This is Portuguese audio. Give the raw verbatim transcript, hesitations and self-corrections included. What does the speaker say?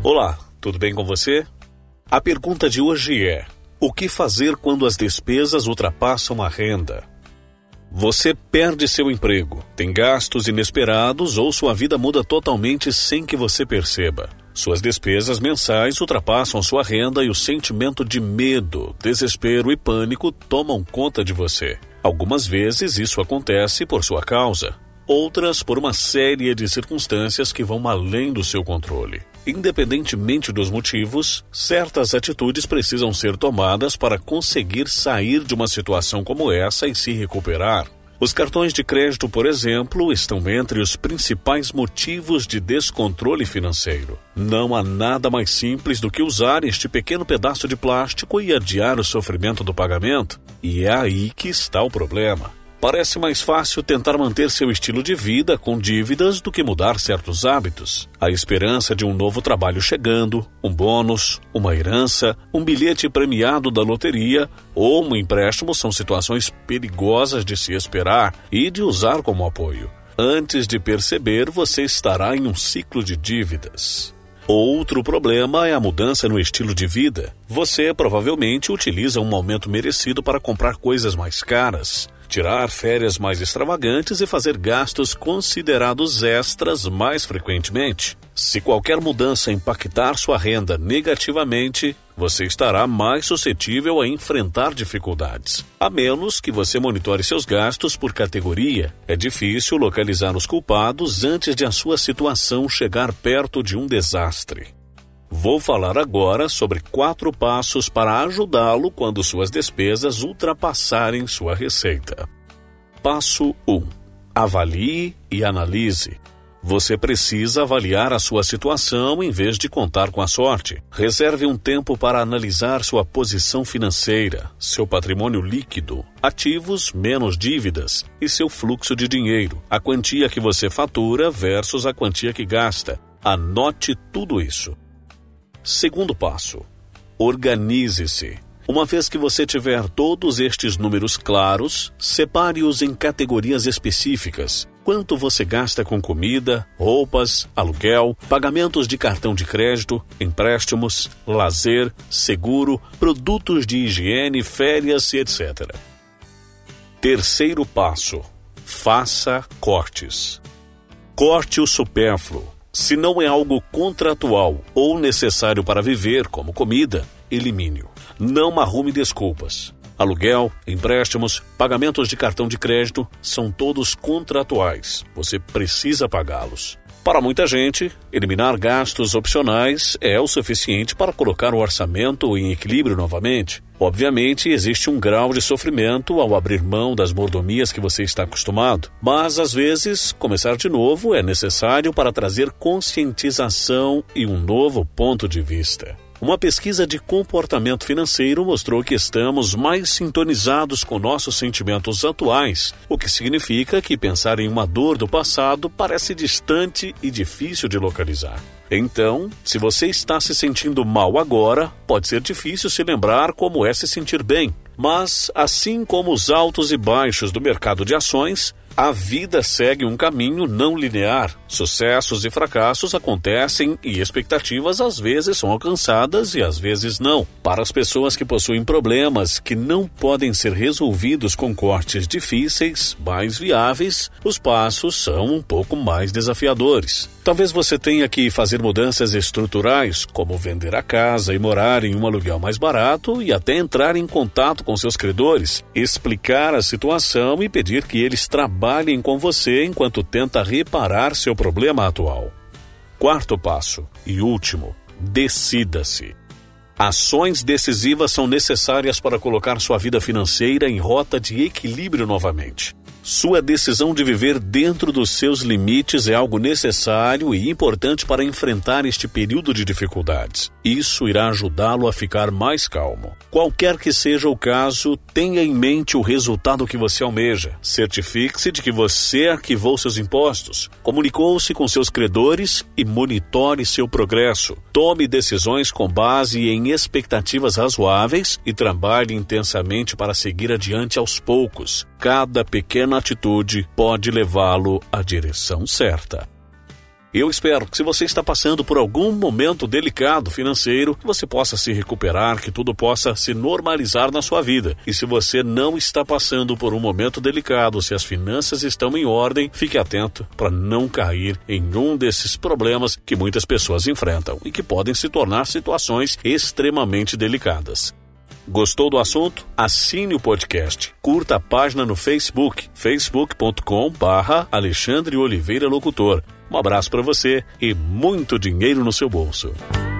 Olá, tudo bem com você? A pergunta de hoje é: o que fazer quando as despesas ultrapassam a renda? Você perde seu emprego, tem gastos inesperados ou sua vida muda totalmente sem que você perceba. Suas despesas mensais ultrapassam sua renda e o sentimento de medo, desespero e pânico tomam conta de você. Algumas vezes isso acontece por sua causa, outras por uma série de circunstâncias que vão além do seu controle. Independentemente dos motivos, certas atitudes precisam ser tomadas para conseguir sair de uma situação como essa e se recuperar. Os cartões de crédito, por exemplo, estão entre os principais motivos de descontrole financeiro. Não há nada mais simples do que usar este pequeno pedaço de plástico e adiar o sofrimento do pagamento. E é aí que está o problema. Parece mais fácil tentar manter seu estilo de vida com dívidas do que mudar certos hábitos. A esperança de um novo trabalho chegando, um bônus, uma herança, um bilhete premiado da loteria ou um empréstimo são situações perigosas de se esperar e de usar como apoio. Antes de perceber, você estará em um ciclo de dívidas. Outro problema é a mudança no estilo de vida. Você provavelmente utiliza um aumento merecido para comprar coisas mais caras, tirar férias mais extravagantes e fazer gastos considerados extras mais frequentemente. Se qualquer mudança impactar sua renda negativamente, você estará mais suscetível a enfrentar dificuldades. A menos que você monitore seus gastos por categoria, é difícil localizar os culpados antes de a sua situação chegar perto de um desastre. Vou falar agora sobre quatro passos para ajudá-lo quando suas despesas ultrapassarem sua receita. Passo um. Avalie e analise. Você precisa avaliar a sua situação em vez de contar com a sorte. Reserve um tempo para analisar sua posição financeira, seu patrimônio líquido, ativos menos dívidas e seu fluxo de dinheiro, a quantia que você fatura versus a quantia que gasta. Anote tudo isso. Segundo passo, organize-se. Uma vez que você tiver todos estes números claros, separe-os em categorias específicas. Quanto você gasta com comida, roupas, aluguel, pagamentos de cartão de crédito, empréstimos, lazer, seguro, produtos de higiene, férias e etcétera. Terceiro passo, faça cortes. Corte o supérfluo. Se não é algo contratual ou necessário para viver, como comida, elimine-o. Não arrume desculpas. Aluguel, empréstimos, pagamentos de cartão de crédito são todos contratuais. Você precisa pagá-los. Para muita gente, eliminar gastos opcionais é o suficiente para colocar o orçamento em equilíbrio novamente. Obviamente, existe um grau de sofrimento ao abrir mão das mordomias que você está acostumado, mas às vezes, começar de novo é necessário para trazer conscientização e um novo ponto de vista. Uma pesquisa de comportamento financeiro mostrou que estamos mais sintonizados com nossos sentimentos atuais, o que significa que pensar em uma dor do passado parece distante e difícil de localizar. Então, se você está se sentindo mal agora, pode ser difícil se lembrar como é se sentir bem. Mas, assim como os altos e baixos do mercado de ações, a vida segue um caminho não linear. Sucessos e fracassos acontecem e expectativas às vezes são alcançadas e às vezes não. Para as pessoas que possuem problemas que não podem ser resolvidos com cortes difíceis, mais viáveis, os passos são um pouco mais desafiadores. Talvez você tenha que fazer mudanças estruturais, como vender a casa e morar em um aluguel mais barato e até entrar em contato com seus credores, explicar a situação e pedir que eles trabalhem com você enquanto tenta reparar seu problema atual. Quarto passo e último, decida-se. Ações decisivas são necessárias para colocar sua vida financeira em rota de equilíbrio novamente. Sua decisão de viver dentro dos seus limites é algo necessário e importante para enfrentar este período de dificuldades. Isso irá ajudá-lo a ficar mais calmo. Qualquer que seja o caso, tenha em mente o resultado que você almeja. Certifique-se de que você arquivou seus impostos, comunicou-se com seus credores e monitore seu progresso. Tome decisões com base em expectativas razoáveis e trabalhe intensamente para seguir adiante aos poucos. Cada pequena atitude pode levá-lo à direção certa. Eu espero que, se você está passando por algum momento delicado financeiro, você possa se recuperar, que tudo possa se normalizar na sua vida. E se você não está passando por um momento delicado, se as finanças estão em ordem, fique atento para não cair em um desses problemas que muitas pessoas enfrentam e que podem se tornar situações extremamente delicadas. Gostou do assunto? Assine o podcast. Curta a página no Facebook, facebook ponto com barra Alexandre Oliveira Locutor. Um abraço para você e muito dinheiro no seu bolso.